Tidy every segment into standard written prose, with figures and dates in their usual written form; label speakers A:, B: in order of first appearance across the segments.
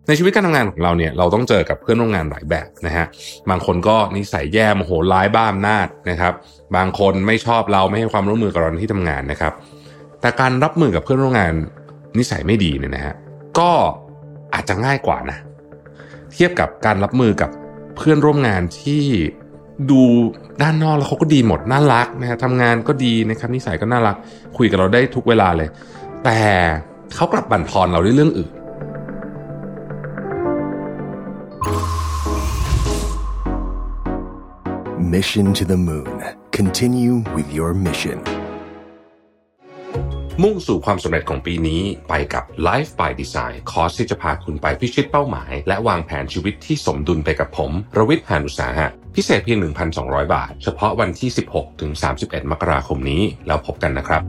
A: ในชีวิตการทำงานของเราเนี่ยเราต้องเจอกับเพื่อนร่วมงานหลายแบบนะฮะบางคนก็นิสัยแย่โมโหร้ายบ้าอำนาจนะครับบางคนไม่ชอบเราไม่ให้ความร่วมมือกับเราที่ทำงานนะครับแต่การรับมือกับเพื่อนร่วมงานนิสัยไม่ดีเนี่ยนะฮะก็อาจจะง่ายกว่านะเทียบกับการรับมือกับเพื่อนร่วมงานที่ดูด้านนอกแล้วเขาก็ดีหมดน่ารักนะฮะทำงานก็ดีนะครับนิสัยก็น่ารักคุยกับเราได้ทุกเวลาเลยแต่เขากลับบั่นทอนเราด้วยเรื่องอื่น
B: Mission to the Moon. Continue with your mission.
A: มุ่งสู่ความสำเร็จของปีนี้ไปกับ Life by Design คอร์สที่จะพาคุณไปพิชิตเป้าหมายและวางแผนชีวิตที่สมดุลไปกับผมรวิทย์ หาญอุตสาหะพิเศษเพียง 1,200 บาทเฉพาะวันที่ 16 ถึง 31 มกราคมนี้แล้วพบกันนะครับ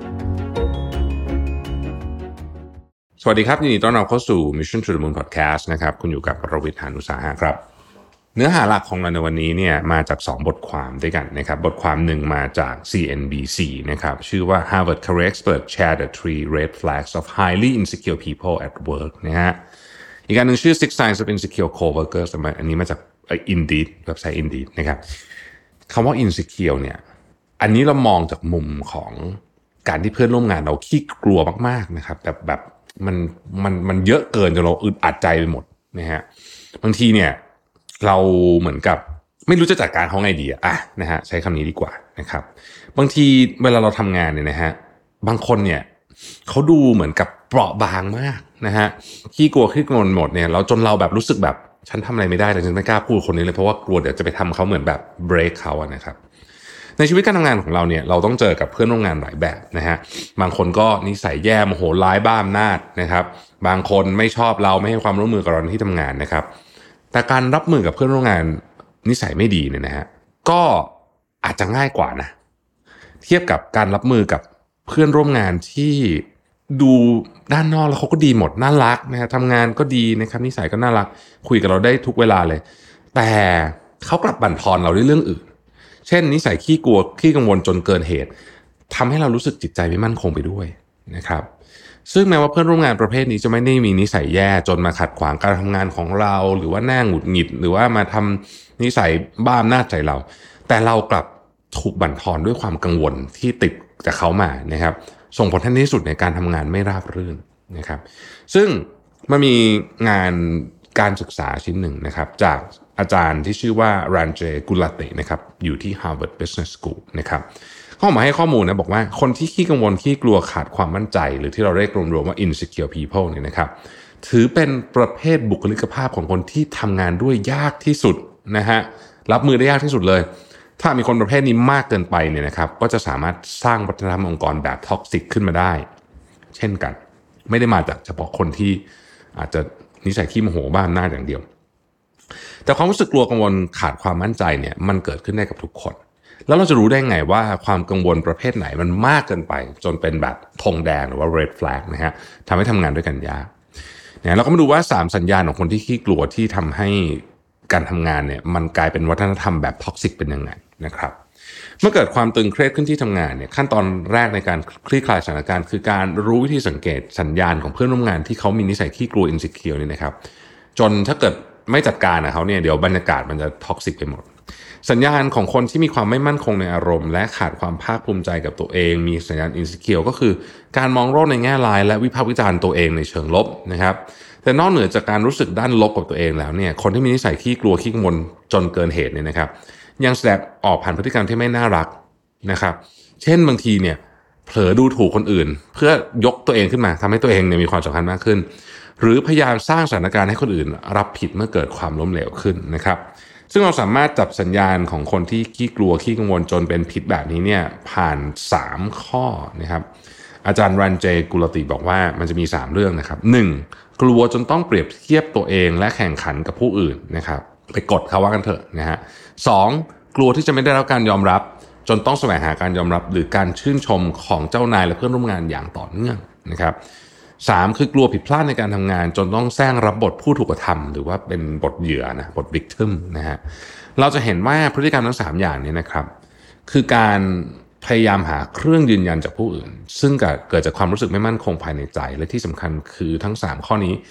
A: สวัสดีครับยินดีต้อนรับเข้าสู่ Mission to the Moon Podcast นะครับคุณอยู่กับรวิทย์ หาญอุตสาหะครับเนื้อหาหลักของเราในวันนี้เนี่ยมาจาก2บทความด้วยกันนะครับบทความหนึ่งมาจาก CNBC นะครับชื่อว่า Harvard Career Expert Share the 3 Red Flags of Highly Insecure People at Work นะฮะอีกอันหนึ่งชื่อ Six Signs of Insecure Coworkers อันนี้มาจากIndeed เว็บไซต์ Indeed นะครับคำว่า insecure เนี่ยอันนี้เรามองจากมุมของการที่เพื่อนร่วมงานเราขี้กลัวมากๆนะครับแต่แบบมันเยอะเกินจนเราอึดอัดใจไปหมดนะฮะบางทีเนี่ยเราเหมือนกับไม่รู้จะจัดการเขาไงดีนะฮะใช้คำนี้ดีกว่านะครับบางทีเวลาเราทำงานเนี่ยนะฮะบางคนเนี่ยเขาดูเหมือนกับเปราะบางมากนะฮะขี้กลัวขี้กังวลหมดเนี่ยเราจนเราแบบรู้สึกแบบฉันทำอะไรไม่ได้เลยฉันไม่กล้าพูดคนนี้เลยเพราะว่ากลัวเดี๋ยวจะไปทำเขาเหมือนแบบเบรกเขาอะนะครับในชีวิตการทำงานของเราเนี่ยเราต้องเจอกับเพื่อนร่วมงานหลายแบบนะฮะบางคนก็นิสัยแย่โมโหร้ายบ้าอำนาจนะครับบางคนไม่ชอบเราไม่ให้ความร่วมมือกับเราที่ทำงานนะครับแต่การรับมือกับเพื่อนร่วมงานนิสัยไม่ดีเนี่ยนะฮะก็อาจจะง่ายกว่านะเทียบกับการรับมือกับเพื่อนร่วมงานที่ดูด้านนอกแล้วเขาก็ดีหมดน่ารักนะฮะทำงานก็ดีนะครับนิสัยก็น่ารักคุยกับเราได้ทุกเวลาเลยแต่เขากลับบั่นทอนเราด้วยเรื่องอื่นเช่นนิสัยขี้กลัวขี้กังวลจนเกินเหตุทำให้เรารู้สึกจิตใจไม่มั่นคงไปด้วยนะครับซึ่งแม้ว่าเพื่อนร่วมงานประเภทนี้จะไม่ได้มีนิสัยแย่จนมาขัดขวางการทำงานของเราหรือว่าแน่หงุดหงิดหรือว่ามาทำนิสัยบ้าอำนาจใจเราแต่เรากลับถูกบั่นทอนด้วยความกังวลที่ติดจากเขามานะครับส่งผลที่สุดในการทำงานไม่ราบรื่นนะครับซึ่งมันมีงานการศึกษาชิ้นหนึ่งนะครับจากอาจารย์ที่ชื่อว่ารันเจกุลตินะครับอยู่ที่ Harvard Business School นะครับเขามาให้ข้อมูลนะบอกว่าคนที่ขี้กังวลขี้กลัวขาดความมั่นใจหรือที่เราเรียกรวมๆว่า insecure people เนี่ยนะครับถือเป็นประเภทบุคลิกภาพของคนที่ทำงานด้วยยากที่สุดนะฮะรับมือได้ยากที่สุดเลยถ้ามีคนประเภทนี้มากเกินไปเนี่ยนะครับก็จะสามารถสร้างวัฒนธรรมองค์กรแบบท็อกซิกขึ้นมาได้เช่นกันไม่ได้มาจากเฉพาะคนที่อาจจะนิสัยขี้โมโหบ้าอำนาจอย่างเดียวแต่ความรู้สึกกลัวกังวลขาดความมั่นใจเนี่ยมันเกิดขึ้นได้กับทุกคนแล้วเราจะรู้ได้ไงว่าความกังวลประเภทไหนมันมากเกินไปจนเป็นแบบธงแดงหรือว่า red flag นะฮะทำให้ทำงานด้วยกันยากเนี่ยเราก็มาดูว่า3สัญญาณของคนที่ขี้กลัวที่ทำให้การทำงานเนี่ยมันกลายเป็นวัฒนธรรมแบบท็อกซิกเป็นยังไงนะครับเมื่อเกิดความตึงเครียดขึ้นที่ทำงานเนี่ยขั้นตอนแรกในการคลี่คลายสถานการณ์คือการรู้วิธีสังเกตสัญญาณของเพื่อนร่วมงานที่เขามีนิสัยขี้กลัว insecure นี่นะครับจนถ้าเกิดไม่จัดการนะเขาเนี่ยเดี๋ยวบรรยากาศมันจะท็อกซิกไปหมดสัญญาณของคนที่มีความไม่มั่นคงในอารมณ์และขาดความภาคภูมิใจกับตัวเองมีสัญญาณ insecure ก็คือการมองโลกในแง่ร้ายและวิพากษ์วิจารณ์ตัวเองในเชิงลบนะครับแต่นอกเหนือจากการรู้สึกด้านลบกับตัวเองแล้วเนี่ยคนที่มีนิสัยขี้กลัวขี้กังวลจนเกินเหตุเนี่ยนะครับยังแสดงออกผ่านพฤติกรรมที่ไม่น่ารักนะครับเช่นบางทีเนี่ยเผลอดูถูกคนอื่นเพื่อยกตัวเองขึ้นมาทำให้ตัวเองเนี่ยมีความสำคัญมากขึ้นหรือพยายามสร้างสถานการณ์ให้คนอื่นรับผิดเมื่อเกิดความล้มเหลวขึ้นนะครับซึ่งเราสามารถจับสัญญาณของคนที่ขี้กลัวขี้กังวลจนเป็นพิษแบบนี้เนี่ยผ่าน3ข้อนะครับอาจารย์รันเจกุลติบอกว่ามันจะมี3เรื่องนะครับ1กลัวจนต้องเปรียบเทียบตัวเองและแข่งขันกับผู้อื่นนะครับไปกดเขาว่ากันเถอะนะฮะ2กลัวที่จะไม่ได้รับการยอมรับจนต้องแสวงหาการยอมรับหรือการชื่นชมของเจ้านายและเพื่อนร่วมงานอย่างต่อเนื่องนะครับ3คือกลัวผิดพลาดในการทำงานจนต้องแซงรับบทผู้ถูกกระทำหรือว่าเป็นบทเหยื่อนะบท victim นะฮะเราจะเห็นว่าพฤติกรรมทั้ง3อย่างนี้นะครับคือการพยายามหาเครื่องยืนยันจากผู้อื่นซึ่งเกิดจากความรู้สึกไม่มั่นคงภายในใจและที่สำคัญคือทั้ง3ข้อนี้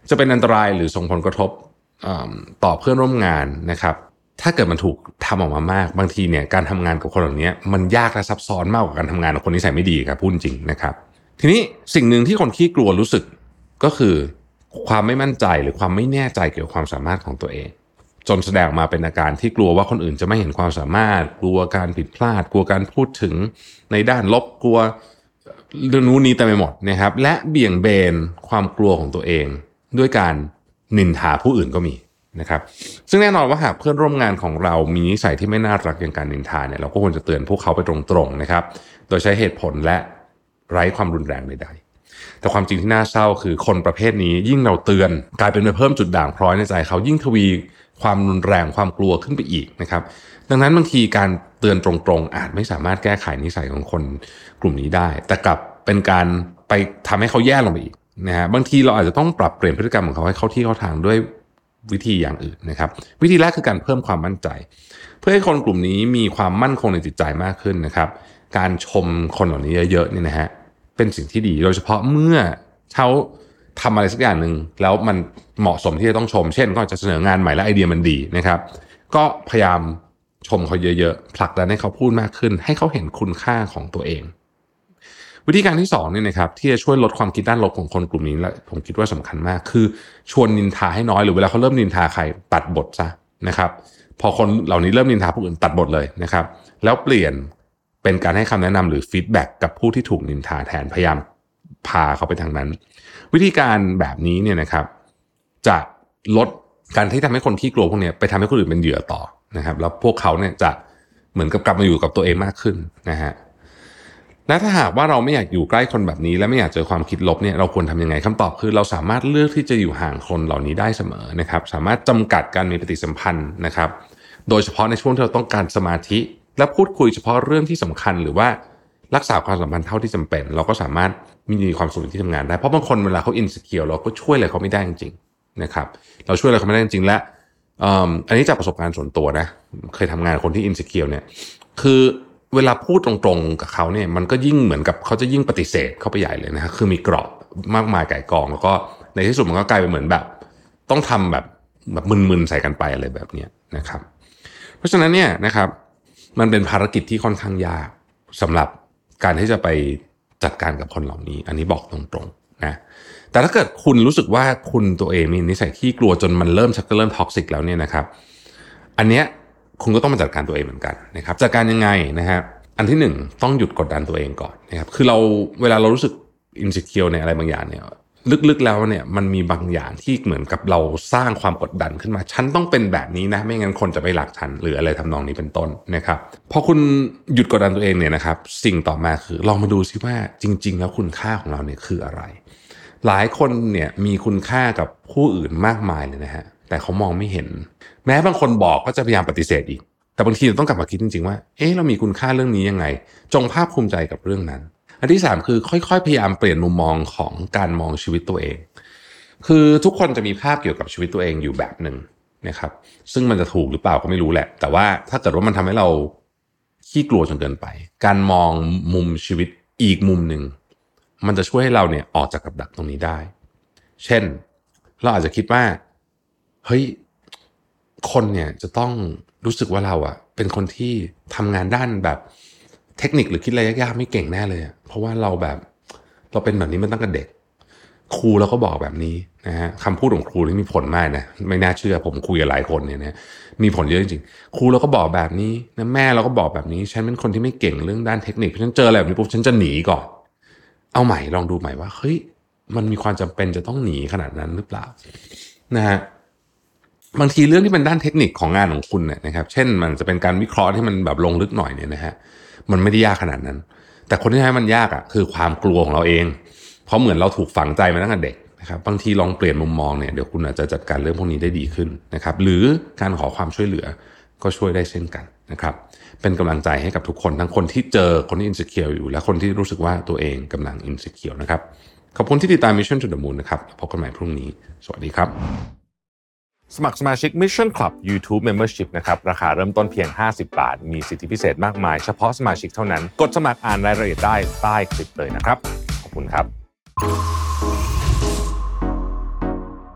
A: จะเป็นอันตรายหรือส่งผลกระทบต่อเพื่อนร่วมงานนะครับถ้าเกิดมันถูกทำออกมามากบางทีเนี่ยการทำงานกับคนเหล่านี้มันยากและซับซ้อนมากกว่าการทำงานกับคนนิสัยไม่ดีครับพูดจริงนะครับทีนี้สิ่งหนึ่งที่คนขี้กลัวรู้สึกก็คือความไม่มั่นใจหรือความไม่แน่ใจเกี่ยวกับความสามารถของตัวเองจนแสดงมาเป็นอาการที่กลัวว่าคนอื่นจะไม่เห็นความสามารถกลัวการผิดพลาดกลัวการพูดถึงในด้านลบกลัวเรื่องนู้นนี้เต็มไปหมดนะครับและเบี่ยงเบนความกลัวของตัวเองด้วยการนินทาผู้อื่นก็มีนะครับซึ่งแน่นอนว่าหากเพื่อนร่วมงานของเรามีนิสัยที่ไม่น่ารักอย่างการนินทาเนี่ยเราก็ควรจะเตือนพวกเขาไปตรงๆนะครับโดยใช้เหตุผลและไร้ความรุนแรงใดๆแต่ความจริงที่น่าเศร้าคือคนประเภทนี้ยิ่งเราเตือนกลายเป็นไปเพิ่มจุดด่างพร้อยในใจเขายิ่งทวีความรุนแรงความกลัวขึ้นไปอีกนะครับดังนั้นบางทีการเตือนตรงๆอาจไม่สามารถแก้ไขนิสัยของคนกลุ่มนี้ได้แต่กลับเป็นการไปทำให้เขาแย่ลงไปอีกนะฮะบางทีเราอาจจะต้องปรับเปลี่ยนพฤติกรรมของเขาให้เข้าที่เข้าทางด้วยวิธีอย่างอื่นนะครับวิธีแรกคือการเพิ่มความมั่นใจเพื่อให้คนกลุ่มนี้มีความมั่นคงในจิตใจมากขึ้นนะครับการชมคนเหล่านี้เยอะๆนี่นะฮะเป็นสิ่งที่ดีโดยเฉพาะเมื่อเขาทำอะไรสักอย่างหนึ่งแล้วมันเหมาะสมที่จะต้องชมเช่นก็จะเสนองานใหม่และไอเดียมันดีนะครับก็พยายามชมเขาเยอะๆผลักดันให้เขาพูดมากขึ้นให้เขาเห็นคุณค่าของตัวเองวิธีการที่2เนี่ยนะครับที่จะช่วยลดความคิดด้านลบของคนกลุ่มนี้และผมคิดว่าสำคัญมากคือชวนนินทาให้น้อยหรือเวลาเขาเริ่มนินทาใครตัดบทซะนะครับพอคนเหล่านี้เริ่มนินทาผู้อื่นตัดบทเลยนะครับแล้วเปลี่ยนเป็นการให้คำแนะนำหรือฟีดแบ็กกับผู้ที่ถูกนินทาแทนพยายามพาเขาไปทางนั้นวิธีการแบบนี้เนี่ยนะครับจะลดการที่ทำให้คนขี้กลัวพวกนี้ไปทำให้คนอื่นเป็นเหยื่อต่อนะครับแล้วพวกเขาเนี่ยจะเหมือนกับกลับมาอยู่กับตัวเองมากขึ้นนะฮะและถ้าหากว่าเราไม่อยากอยู่ใกล้คนแบบนี้และไม่อยากเจอความคิดลบเนี่ยเราควรทำยังไงคำตอบคือเราสามารถเลือกที่จะอยู่ห่างคนเหล่านี้ได้เสมอนะครับสามารถจำกัดการมีปฏิสัมพันธ์นะครับโดยเฉพาะในช่วงที่เราต้องการสมาธิและพูดคุยเฉพาะเรื่องที่สำคัญหรือว่ารักษาความสัมพันธ์เท่าที่จำเป็นเราก็สามารถมีความสุขที่ทำงานได้เพราะบางคนเวลาเขาอินสิเคียวเราก็ช่วยอะไรเขาไม่ได้จริงๆนะครับเราช่วยอะไรเขาไม่ได้จริงๆและอันนี้จากประสบการณ์ส่วนตัวนะเคยทำงานคนที่อินสิเคียวเนี่ยคือเวลาพูดตรงๆกับเขาเนี่ยมันก็ยิ่งเหมือนกับเขาจะยิ่งปฏิเสธเข้าไปใหญ่เลยนะฮะคือมีกรอบมากมายไก่กองแล้วก็ในที่สุดมันก็กลายเป็นเหมือนแบบต้องทำแบบมึนๆใส่กันไปอะไรแบบนี้นะครับเพราะฉะนั้นเนี่ยนะครับมันเป็นภารกิจที่ค่อนข้างยากสำหรับการที่จะไปจัดการกับคนเหล่านี้อันนี้บอกตรงๆนะแต่ถ้าเกิดคุณรู้สึกว่าคุณตัวเองมีนิสัยขี้กลัวจนมันเริ่มชักจะเริ่มท็อกซิกแล้วเนี่ยนะครับอันเนี้ยคุณก็ต้องมาจัดการตัวเองเหมือนกันนะครับจัดการยังไงนะฮะอันที่1ต้องหยุดกดดันตัวเองก่อนนะครับคือเราเวลาเรารู้สึกอินสิเคียวในอะไรบางอย่างเนี่ยลึกๆแล้วเนี่ยมันมีบางอย่างที่เหมือนกับเราสร้างความกดดันขึ้นมาฉันต้องเป็นแบบนี้นะไม่งั้นคนจะไม่รักฉันหรืออะไรทำนองนี้เป็นต้นนะครับพอคุณหยุดกดดันตัวเองเนี่ยนะครับสิ่งต่อมาคือลองมาดูซิว่าจริงๆแล้วคุณค่าของเราเนี่ยคืออะไรหลายคนเนี่ยมีคุณค่ากับผู้อื่นมากมายเลยนะฮะแต่เขามองไม่เห็นแม้บางคนบอกก็จะพยายามปฏิเสธอีกแต่บางทีเราต้องกลับมาคิดจริงๆว่าเรามีคุณค่าเรื่องนี้ยังไงจงภาคภูมิใจกับเรื่องนั้นอันที่3คือค่อยๆพยายามเปลี่ยนมุมมองของการมองชีวิตตัวเองคือทุกคนจะมีภาพเกี่ยวกับชีวิตตัวเองอยู่แบบนึงนะครับซึ่งมันจะถูกหรือเปล่าก็ไม่รู้แหละแต่ว่าถ้าเกิดว่ามันทำให้เราขี้กลัวจนเกินไปการมองมุมชีวิตอีกมุมนึงมันจะช่วยให้เราเนี่ยออกจากกับดักตรงนี้ได้เช่นเราอาจจะคิดว่าเฮ้ยคนเนี่ยจะต้องรู้สึกว่าเราอะเป็นคนที่ทำงานด้านแบบเทคนิคหรือคิดอะไรยากๆไม่เก่งแน่เลยเพราะว่าเราเป็นแบบนี้มาตั้งแต่เด็กครูเราก็บอกแบบนี้นะฮะคำพูดของครูนี่มีผลมากนะไม่น่าเชื่อผมคุยกับหลายคนเนี่ยนะมีผลเยอะจริงๆครูเราก็บอกแบบนี้นะแม่เราก็บอกแบบนี้ฉันเป็นคนที่ไม่เก่งเรื่องด้านเทคนิคฉันเจออะไรแบบนี้ปุ๊บฉันจะหนีก่อนเอาใหม่ลองดูใหม่ว่าเฮ้ยมันมีความจำเป็นจะต้องหนีขนาดนั้นหรือเปล่านะฮะบางทีเรื่องที่เป็นด้านเทคนิคของงานของคุณเนี่ยนะครับเช่นมันจะเป็นการวิเคราะห์ที่มันแบบลงลึกหน่อยเนี่ยนะฮะมันไม่ได้ยากขนาดนั้นแต่คนที่ให้มันยากคือความกลัวของเราเองเพราะเหมือนเราถูกฝังใจมาตั้งแต่เด็กนะครับบางทีลองเปลี่ยนมุมมองเนี่ยเดี๋ยวคุณอาจจะจัดการเรื่องพวกนี้ได้ดีขึ้นนะครับหรือการขอความช่วยเหลือก็ช่วยได้เช่นกันนะครับเป็นกำลังใจให้กับทุกคนทั้งคนที่เจอคนที่อินสิเคียวอยู่และคนที่รู้สึกว่าตัวเองกำลังอินสิเคียวนะครับขอบคุณที่ติดตาม Mission to the Moon นะครับพบกันใหม่พรุ่งนี้สวัสดีครับสมัครสมาชิก Mission Club YouTube Membership นะครับราคาเริ่มต้นเพียง50 บาทมีสิทธิพิเศษมากมายเฉพาะสมาชิกเท่านั้นกดสมัครอ่านรายละเอียดได้ใต้คลิปเลยนะครับขอบคุณครับ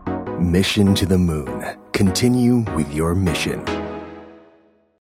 B: Mission to the Moon. Continue with your mission.